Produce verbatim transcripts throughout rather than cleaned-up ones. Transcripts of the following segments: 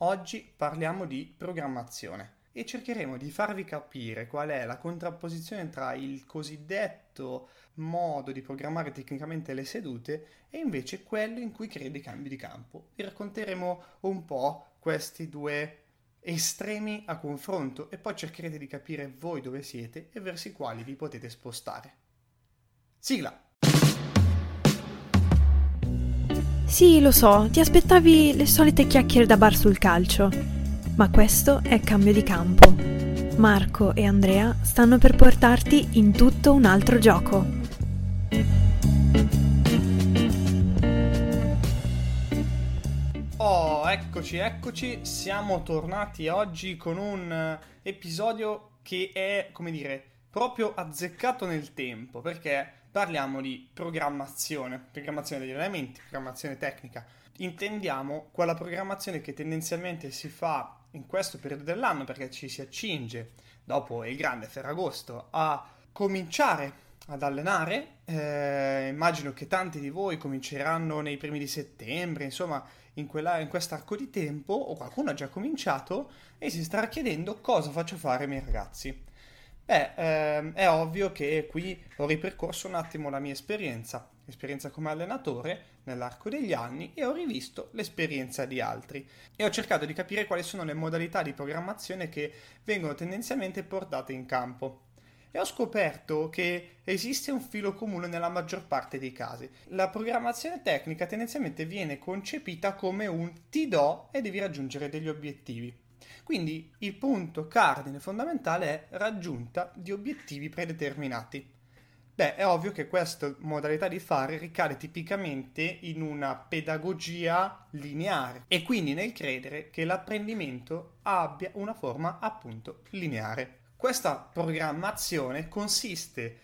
Oggi parliamo di programmazione e cercheremo di farvi capire qual è la contrapposizione tra il cosiddetto modo di programmare tecnicamente le sedute e invece quello in cui crede i cambi di campo. Vi racconteremo un po' questi due estremi a confronto e poi cercherete di capire voi dove siete e verso i quali vi potete spostare. Sigla! Sì, lo so, ti aspettavi le solite chiacchiere da bar sul calcio, ma questo è Cambio di Campo. Marco e Andrea stanno per portarti in tutto un altro gioco. Oh, eccoci, eccoci, siamo tornati oggi con un episodio che è, come dire, proprio azzeccato nel tempo, perché parliamo di programmazione, programmazione degli elementi, programmazione tecnica. Intendiamo quella programmazione che tendenzialmente si fa in questo periodo dell'anno, perché ci si accinge, dopo il grande Ferragosto, a cominciare ad allenare. Eh, immagino che tanti di voi cominceranno nei primi di settembre, insomma, in, quella, in quest'arco di tempo, o qualcuno ha già cominciato e si starà chiedendo cosa faccio fare ai miei ragazzi. Beh, ehm, è ovvio che qui ho ripercorso un attimo la mia esperienza, esperienza come allenatore nell'arco degli anni, e ho rivisto l'esperienza di altri e ho cercato di capire quali sono le modalità di programmazione che vengono tendenzialmente portate in campo. E ho scoperto che esiste un filo comune nella maggior parte dei casi. La programmazione tecnica tendenzialmente viene concepita come un ti do e devi raggiungere degli obiettivi. Quindi il punto cardine fondamentale è raggiunta di obiettivi predeterminati. Beh, è ovvio che questa modalità di fare ricade tipicamente in una pedagogia lineare e quindi nel credere che l'apprendimento abbia una forma appunto lineare. Questa programmazione consiste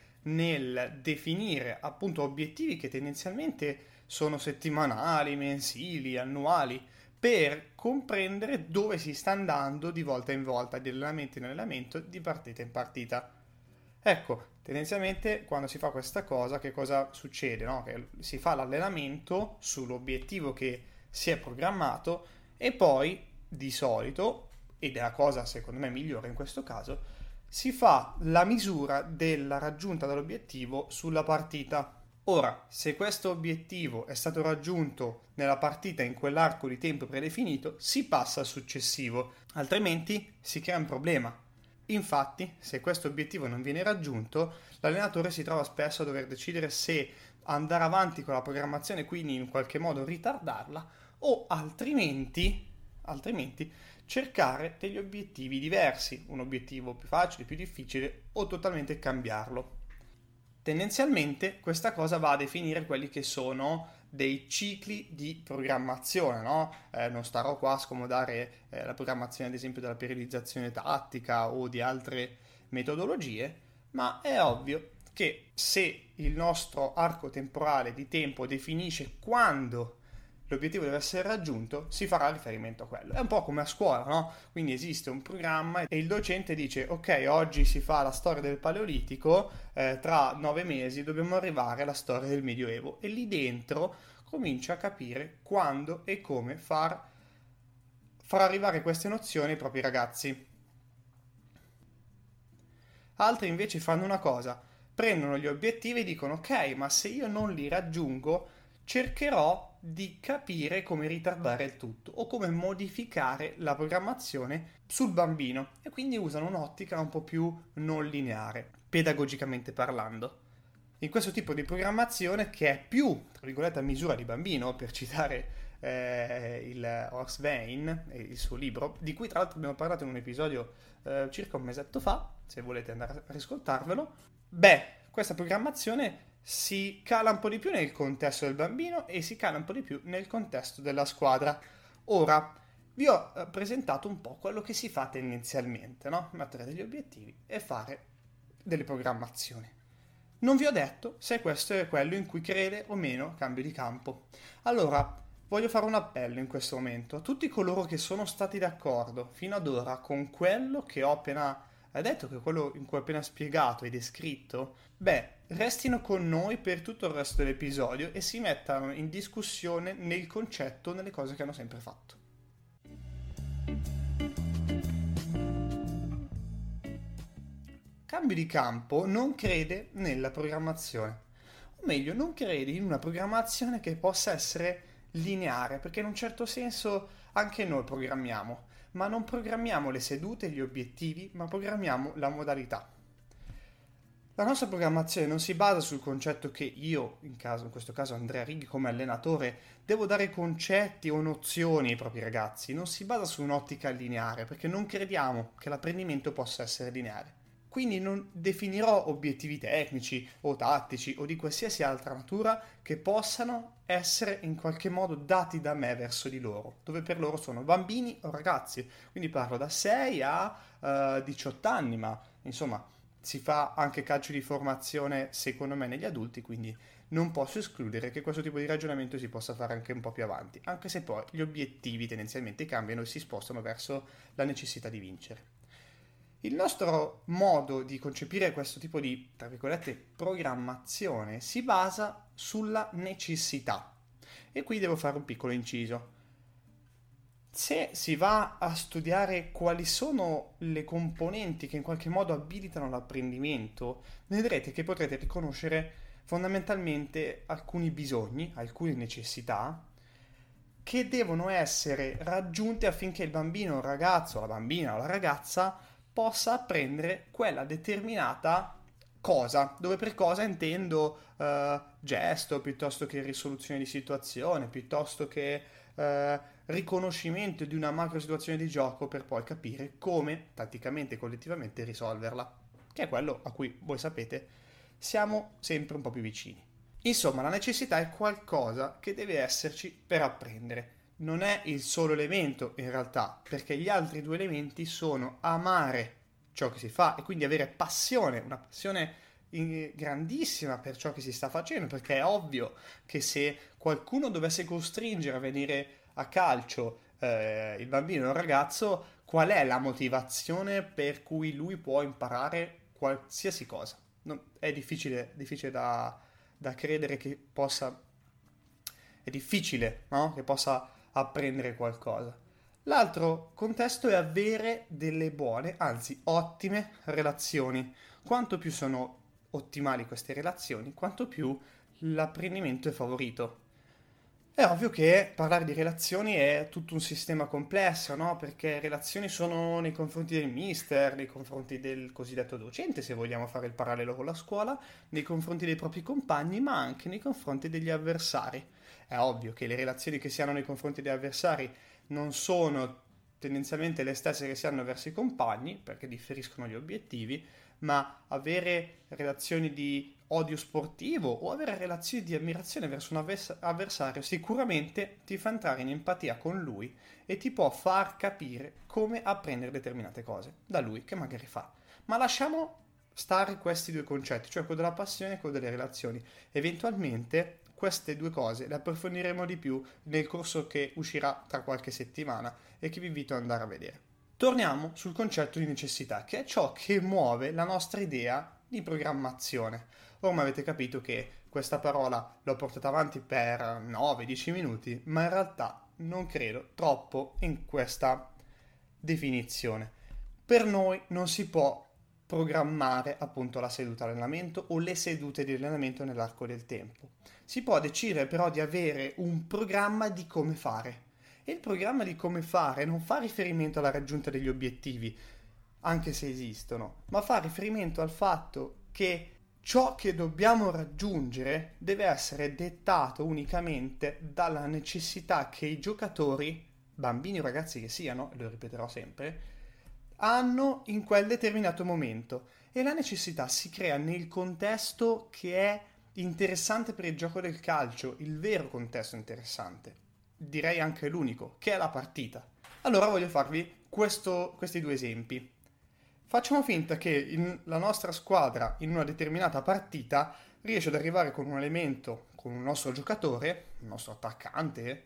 nel definire appunto obiettivi che tendenzialmente sono settimanali, mensili, annuali, per comprendere dove si sta andando di volta in volta, di allenamento in allenamento, di partita in partita. Ecco, tendenzialmente quando si fa questa cosa, che cosa succede? No? Che si fa l'allenamento sull'obiettivo che si è programmato e poi, di solito, ed è la cosa secondo me migliore in questo caso, si fa la misura della raggiunta dell'obiettivo sulla partita. Ora, se questo obiettivo è stato raggiunto nella partita in quell'arco di tempo predefinito, si passa al successivo, altrimenti si crea un problema. Infatti, se questo obiettivo non viene raggiunto, l'allenatore si trova spesso a dover decidere se andare avanti con la programmazione, quindi in qualche modo ritardarla, o altrimenti, altrimenti cercare degli obiettivi diversi, un obiettivo più facile, più difficile, o totalmente cambiarlo. Tendenzialmente questa cosa va a definire quelli che sono dei cicli di programmazione, no? Eh, non starò qua a scomodare eh, la programmazione ad esempio della periodizzazione tattica o di altre metodologie, ma è ovvio che se il nostro arco temporale di tempo definisce quando l'obiettivo deve essere raggiunto, si farà riferimento a quello. È un po' come a scuola, no? Quindi esiste un programma e il docente dice ok, oggi si fa la storia del Paleolitico, eh, tra nove mesi dobbiamo arrivare alla storia del Medioevo, e lì dentro comincia a capire quando e come far, far arrivare queste nozioni ai propri ragazzi. Altri invece fanno una cosa, prendono gli obiettivi e dicono ok, ma se io non li raggiungo cercherò di capire come ritardare il tutto o come modificare la programmazione sul bambino, e quindi usano un'ottica un po' più non lineare, pedagogicamente parlando. In questo tipo di programmazione, che è più, tra virgolette, a misura di bambino, per citare eh, il Horst Wayne e il suo libro, di cui tra l'altro abbiamo parlato in un episodio eh, circa un mesetto fa, se volete andare a riscoltarvelo, beh, questa programmazione si cala un po' di più nel contesto del bambino e si cala un po' di più nel contesto della squadra. Ora, vi ho presentato un po' quello che si fa tendenzialmente, no? Mettere degli obiettivi e fare delle programmazioni. Non vi ho detto se questo è quello in cui crede o meno Cambio di Campo. Allora, voglio fare un appello in questo momento a tutti coloro che sono stati d'accordo fino ad ora con quello che ho appena detto, che quello in cui ho appena spiegato e descritto. Beh, restino con noi per tutto il resto dell'episodio e si mettano in discussione nel concetto, nelle cose che hanno sempre fatto. cambio di campo non crede nella programmazione, o meglio, non crede in una programmazione che possa essere lineare, perché in un certo senso anche noi programmiamo, ma non programmiamo le sedute e gli obiettivi, ma programmiamo la modalità. La nostra programmazione non si basa sul concetto che io, in, caso, in questo caso Andrea Righi come allenatore, devo dare concetti o nozioni ai propri ragazzi, non si basa su un'ottica lineare, perché non crediamo che l'apprendimento possa essere lineare. Quindi non definirò obiettivi tecnici o tattici o di qualsiasi altra natura che possano essere in qualche modo dati da me verso di loro, dove per loro sono bambini o ragazzi. Quindi parlo da sei a uh, diciotto anni, ma insomma si fa anche calcio di formazione secondo me negli adulti, quindi non posso escludere che questo tipo di ragionamento si possa fare anche un po' più avanti, anche se poi gli obiettivi tendenzialmente cambiano e si spostano verso la necessità di vincere. Il nostro modo di concepire questo tipo di, tra virgolette, programmazione si basa sulla necessità. E qui devo fare un piccolo inciso. Se si va a studiare quali sono le componenti che in qualche modo abilitano l'apprendimento, vedrete che potrete riconoscere fondamentalmente alcuni bisogni, alcune necessità che devono essere raggiunte affinché il bambino, il ragazzo, la bambina o la ragazza possa apprendere quella determinata cosa, dove per cosa intendo uh, gesto, piuttosto che risoluzione di situazione, piuttosto che uh, riconoscimento di una macro situazione di gioco per poi capire come tatticamente e collettivamente risolverla, che è quello a cui voi sapete siamo sempre un po' più vicini. Insomma, la necessità è qualcosa che deve esserci per apprendere. Non è il solo elemento in realtà, perché gli altri due elementi sono amare ciò che si fa e quindi avere passione, una passione grandissima per ciò che si sta facendo, perché è ovvio che se qualcuno dovesse costringere a venire a calcio eh, il bambino o il ragazzo, qual è la motivazione per cui lui può imparare qualsiasi cosa? Non, è difficile, difficile da, da credere che possa, è difficile, no? Che possa apprendere qualcosa. L'altro contesto è avere delle buone, anzi ottime relazioni. Quanto più sono ottimali queste relazioni, quanto più l'apprendimento è favorito. È ovvio che parlare di relazioni è tutto un sistema complesso, no? Perché relazioni sono nei confronti del mister, nei confronti del cosiddetto docente, se vogliamo fare il parallelo con la scuola, nei confronti dei propri compagni, ma anche nei confronti degli avversari. È ovvio che le relazioni che si hanno nei confronti degli avversari non sono tendenzialmente le stesse che si hanno verso i compagni, perché differiscono gli obiettivi, ma avere relazioni di odio sportivo o avere relazioni di ammirazione verso un avvers- avversario sicuramente ti fa entrare in empatia con lui e ti può far capire come apprendere determinate cose da lui che magari fa. Ma lasciamo stare questi due concetti, cioè quello della passione e quello delle relazioni. Eventualmente queste due cose le approfondiremo di più nel corso che uscirà tra qualche settimana e che vi invito ad andare a vedere. Torniamo sul concetto di necessità, che è ciò che muove la nostra idea di programmazione. Ormai avete capito che questa parola l'ho portata avanti per nove dieci minuti, ma in realtà non credo troppo in questa definizione. Per noi non si può programmare appunto la seduta di allenamento o le sedute di allenamento nell'arco del tempo. Si può decidere però di avere un programma di come fare. E il programma di come fare non fa riferimento alla raggiunta degli obiettivi, anche se esistono, ma fa riferimento al fatto che ciò che dobbiamo raggiungere deve essere dettato unicamente dalla necessità che i giocatori, bambini o ragazzi che siano, lo ripeterò sempre, hanno in quel determinato momento. E la necessità si crea nel contesto che è interessante per il gioco del calcio, il vero contesto interessante. Direi anche l'unico, che è la partita. Allora voglio farvi questo, questi due esempi. Facciamo finta che in, la nostra squadra in una determinata partita riesce ad arrivare con un elemento, con un nostro giocatore, un nostro attaccante,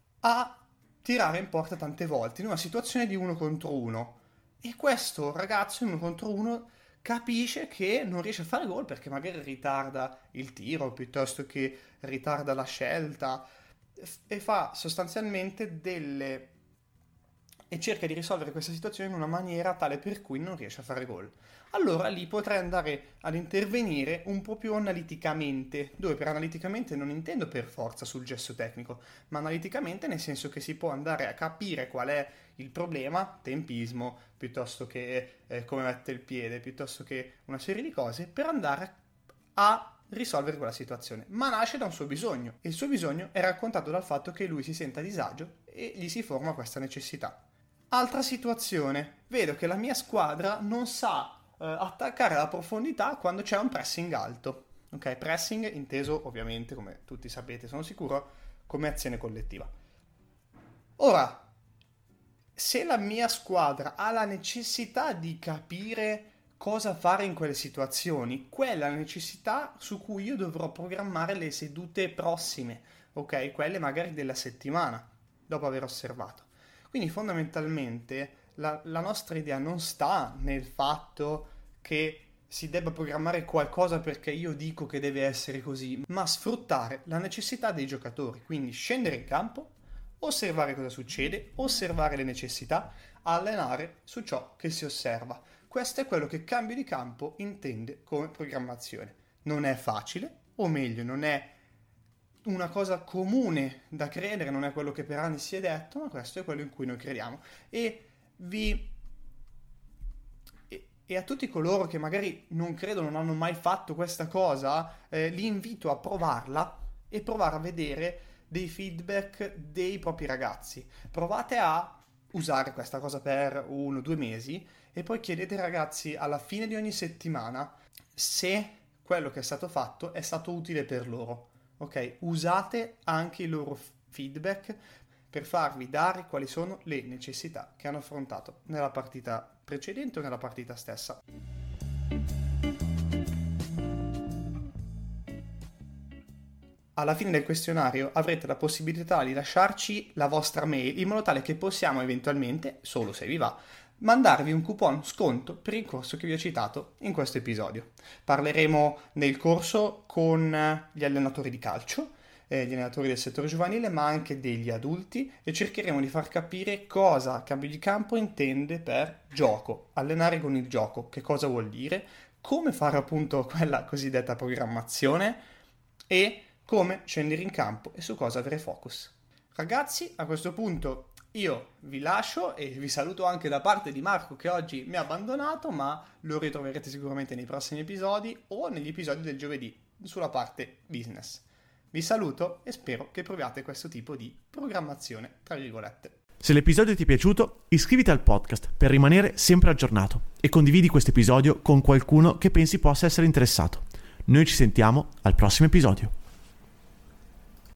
a tirare in porta tante volte in una situazione di uno contro uno. E questo ragazzo in uno contro uno capisce che non riesce a fare gol perché magari ritarda il tiro piuttosto che ritarda la scelta, e fa sostanzialmente delle e cerca di risolvere questa situazione in una maniera tale per cui non riesce a fare gol. Allora lì potrei andare ad intervenire un po' più analiticamente, dove per analiticamente non intendo per forza sul gesto tecnico, ma analiticamente nel senso che si può andare a capire qual è il problema, tempismo, piuttosto che eh, come mette il piede, piuttosto che una serie di cose, per andare a risolvere quella situazione. Ma nasce da un suo bisogno, e il suo bisogno è raccontato dal fatto che lui si senta a disagio e gli si forma questa necessità. Altra situazione, vedo che la mia squadra non sa eh, attaccare alla profondità quando c'è un pressing alto. Ok, pressing inteso ovviamente, come tutti sapete, sono sicuro, come azione collettiva. Ora, se la mia squadra ha la necessità di capire cosa fare in quelle situazioni, quella è la necessità su cui io dovrò programmare le sedute prossime, ok? Quelle magari della settimana, dopo aver osservato. Quindi fondamentalmente la, la nostra idea non sta nel fatto che si debba programmare qualcosa perché io dico che deve essere così, ma sfruttare la necessità dei giocatori, quindi scendere in campo, osservare cosa succede, osservare le necessità, allenare su ciò che si osserva. Questo è quello che Cambio di Campo intende come programmazione. Non è facile, o meglio, non è una cosa comune da credere, non è quello che per anni si è detto, ma questo è quello in cui noi crediamo. E vi e, e a tutti coloro che magari non credono, non hanno mai fatto questa cosa, eh, li invito a provarla e provare a vedere dei feedback dei propri ragazzi. Provate a usare questa cosa per uno o due mesi e poi chiedete ai ragazzi alla fine di ogni settimana se quello che è stato fatto è stato utile per loro. Ok, usate anche i loro feedback per farvi dare quali sono le necessità che hanno affrontato nella partita precedente o nella partita stessa. Alla fine del questionario avrete la possibilità di lasciarci la vostra mail in modo tale che possiamo eventualmente, solo se vi va, mandarvi un coupon sconto per il corso che vi ho citato in questo episodio. Parleremo nel corso con gli allenatori di calcio, eh, gli allenatori del settore giovanile, ma anche degli adulti, e cercheremo di far capire cosa Cambio di Campo intende per gioco, allenare con il gioco, che cosa vuol dire, come fare appunto quella cosiddetta programmazione e come scendere in campo e su cosa avere focus. Ragazzi, a questo punto io vi lascio e vi saluto anche da parte di Marco che oggi mi ha abbandonato, ma lo ritroverete sicuramente nei prossimi episodi o negli episodi del giovedì sulla parte business. Vi saluto e spero che proviate questo tipo di programmazione, tra virgolette. Se l'episodio ti è piaciuto, iscriviti al podcast per rimanere sempre aggiornato e condividi questo episodio con qualcuno che pensi possa essere interessato. Noi ci sentiamo al prossimo episodio.